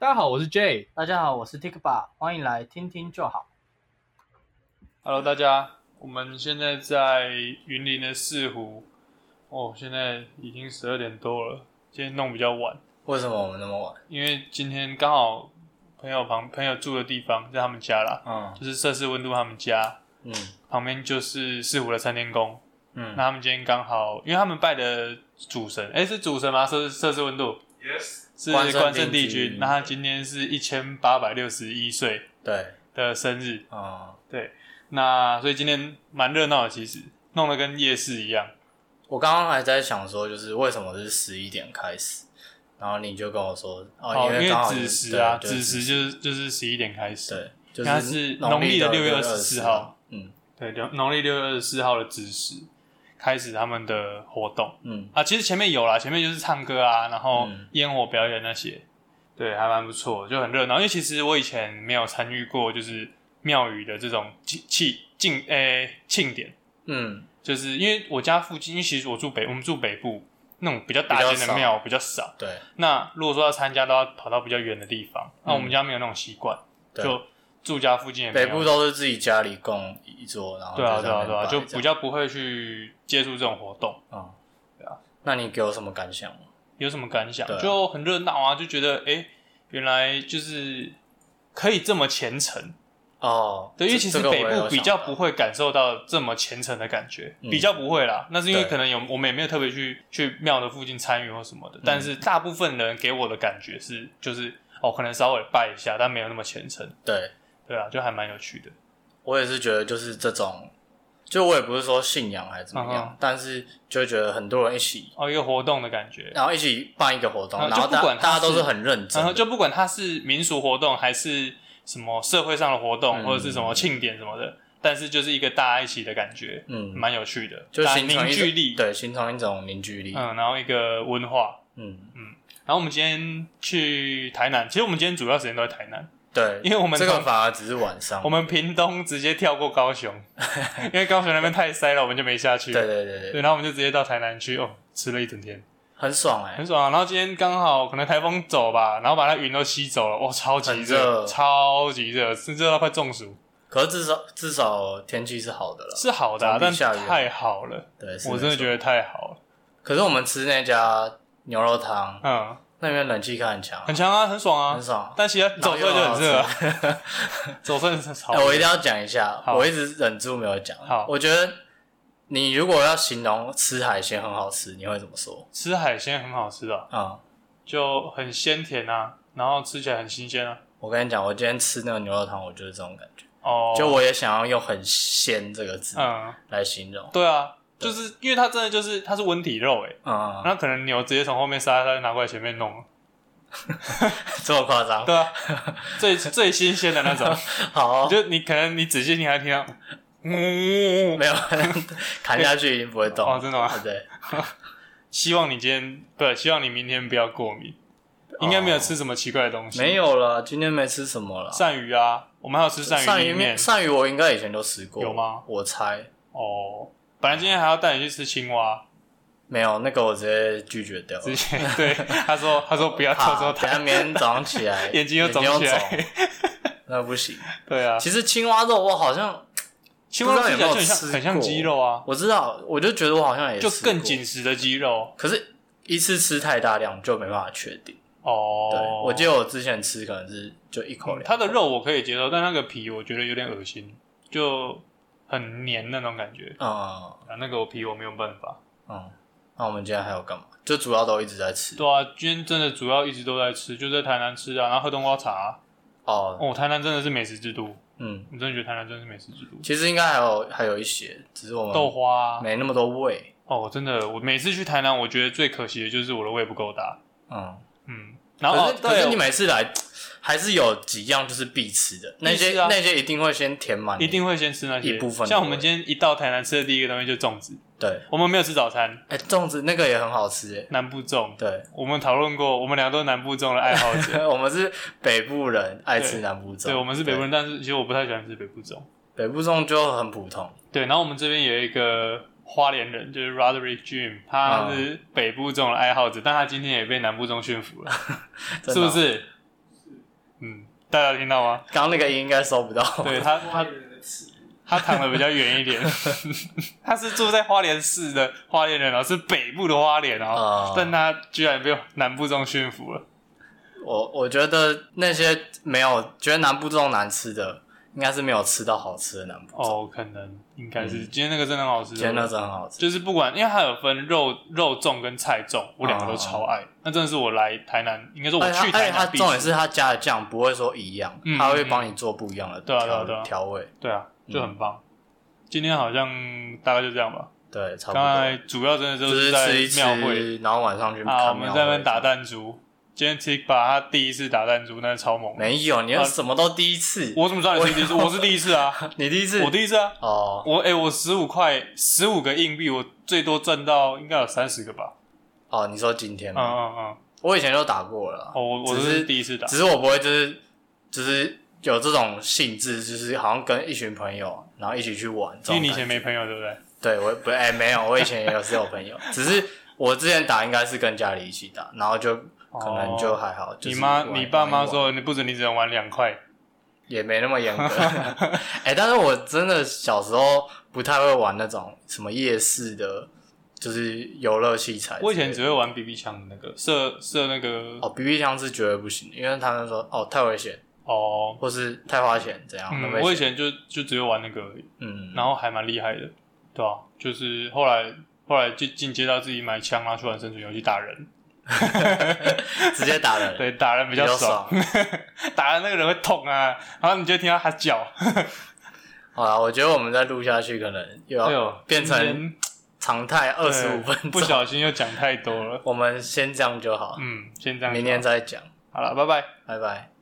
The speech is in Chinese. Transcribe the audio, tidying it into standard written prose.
大家好，我是 Jay。 大家好，我是 Tikba， 欢迎来听听就好。 Hello， 大家，我们现在在云林的四湖。现在已经12点多了，今天弄比较晚。 为什么我们那么晚？ 因为今天刚好朋友住的地方在他们家啦，就是摄氏温度他们家，旁边就是四湖的参天宫，那他们今天刚好，因为他们拜的主神，是主神吗？摄氏温度 ，Yes， 是关圣帝君，那他今天是1861岁的生日，对，那所以今天蛮热闹的，其实弄得跟夜市一样。 我刚刚还在想说，就是为什么是11点开始，然后你就跟我说，因为子时啊，子时就是11点开始， 对，就是它是农历的6月24号，对，农历6月24号的子时开始他们的活动，其实前面有啦，前面就是唱歌啊，然后烟火表演那些，对，还蛮不错，就很热闹。因为其实我以前没有参与过，就是庙宇的这种庆典，就是因为我家附近，因为其实我们住北部，那种比较大间的庙比较少。 对。 那如果说要参加，都要跑到比较远的地方。那我们家没有那种习惯，就住家附近也没有。 北部都是自己家里供一桌，然后对啊，就比较不会去接触这种活动。对啊。 那你给我什么感想吗？ 有什么感想？就很热闹啊，就觉得原来就是可以这么虔诚。对，因为其实北部比较不会感受到这么虔诚的感觉，比较不会啦。那是因为可能我们也没有特别去庙的附近参与或什么的，但是大部分人给我的感觉是，就是可能稍微拜一下，但没有那么虔诚。对啊，就还蛮有趣的。 我也是觉得就是这种，就我也不是说信仰还是怎么样，但是就会觉得很多人一起一个活动的感觉， 然后一起办一个活动，然后大家都是很认真， 就不管它是民俗活动还是什么社会上的活动，或者是什么庆典什么的，但是就是一个大家一起的感觉，蛮有趣的， 就形成凝聚力， 对，形成一种凝聚力， 然后一个文化，然后我们今天去台南，其实我们今天主要时间都在台南， 对， 因为我们这个反而只是晚上， 我们屏东直接跳过高雄，因为高雄那边太塞了，我们就没下去， 对， 然后我们就直接到台南去，吃了一整天。 很爽很爽啊！然后今天刚好可能台风走吧，然后把那云都吸走了，超级热，超级热，热到快中暑。 可是至少天气是好的了， 是好的，但太好了。 对， 我真的觉得太好了。 可是我们吃那家牛肉汤，那边冷气开很强， 很强啊，很爽啊， 很爽。 但其实走出来就很热啊，走出来很潮。 我一定要讲一下，我一直忍住没有讲。好，我觉得。你如果要形容吃海鲜很好吃，你会怎么说？ 吃海鲜很好吃的，就很鲜甜啊，然后吃起来很新鲜啊。 我跟你讲，我今天吃那个牛肉汤，我就是这种感觉。就我也想要用很鲜这个字来形容。 对啊，就是因为它真的就是它是温体肉那可能牛直接从后面杀拿过来前面弄了。 这么夸张？ 对啊，最新鲜的那种。 好， 就你可能你仔细听还听到。 没有，砍下去已经不会动。 真的吗？ 对。 希望你明天不要过敏。应该没有吃什么奇怪的东西。 没有了，今天没吃什么了。 鳝鱼啊，我们还有吃鳝鱼面。 鳝鱼我应该以前都吃过。 有吗？ 我猜。 本来今天还要带你去吃青蛙。 没有，那个我直接拒绝掉了。 对，他说不要偷偷等下明天早上起来眼睛又肿起来。 那不行。 对啊， 其实青蛙肉我好像青蛙吃起来就很像鸡肉啊。 我知道，我就觉得我好像也就更紧实的鸡肉， 可是一次吃太大量就没办法确定。对，我记得我之前吃可能是就一口两口。 它的肉我可以接受，但那个皮我觉得有点恶心，就很黏那种感觉。那个皮我没有办法。 那我们今天还有干嘛？就主要都一直在吃。 对啊，今天真的主要一直都在吃，就在台南吃啊，然后喝冬瓜茶。台南真的是美食之都。我真的觉得台南真的是美食之都。 其实应该还有一些，只是我们豆花没那么多胃。 真的，我每次去台南，我觉得最可惜的就是我的胃不够大。然后可是你每次来还是有几样就是必吃的，那些一定会先填满， 一定会先吃那些一部分。 像我们今天一到台南吃的第一个东西就是粽子。 对， 我们没有吃早餐。 粽子那个也很好吃南部粽。 对， 我们讨论过，我们俩都是南部粽的爱好者。 我们是北部人，爱吃南部粽。 对，我们是北部人，但是其实我不太喜欢吃北部粽。 北部粽就很普通。 对，然后我们这边有一个花莲人，就是 Roderick Jim， 他是北部粽的爱好者，但他今天也被南部粽驯服了，是不是？ 大家有听到吗？ 刚刚那个音应该收不到。 对他躺的比较远一点，他是住在花莲市的花莲人是北部的花莲但他居然被南部粽驯服了。 我觉得那些没有觉得南部粽难吃的，应该是没有吃到好吃的南部粽。 可能应该是今天那个真的很好吃。 今天那个真的很好吃， 就是不管因为它有分肉粽跟菜粽，我两个都超爱。那真的是我来台南，应该说我去台南它重点是它加的酱不会说一样，它会帮你做不一样的调味。 对啊，就很棒。今天好像大概就这样吧。 对，差不多。 刚才主要真的就是在庙会， 然后晚上去看庙会。 我们在那边打弹珠。今天 Tik 把他第一次打弹珠，那超猛。 没有，你什么都第一次。 我怎么知道你是第一次？我是第一次啊。 你第一次？ 我第一次啊。我15个硬币，我最多赚到应该有30个吧。 你说今天吗？我以前都打过了。 我是第一次打。 只是我不会就是有这种兴致，就是好像跟一群朋友，然后一起去玩。 因为你以前没朋友，对不对？ 对，我没有，我以前也是有朋友，只是我之前打应该是跟家里一起打，然后就可能就还好。 你爸妈说你只能玩2块， 也没那么严格。但是我真的小时候不太会玩那种什么夜市的，就是游乐器材。 我以前只会玩 BB 枪的那个射那个。 BB 枪是绝对不行的，因为他们说太危险。或是太花钱怎样？ 我以前就只会玩那个而已。然后还蛮厉害的，对吧？就是后来就进阶到自己买枪去玩生存游戏打人。 直接打人。 对，打人比较爽。打人那个人会痛啊，然后你就听到他叫。 好啦，我觉得我们再录下去可能又要变成常态25分钟， 不小心又讲太多了。 我们先这样就好。 先这样。 明天再讲。 好了，拜拜， 拜拜。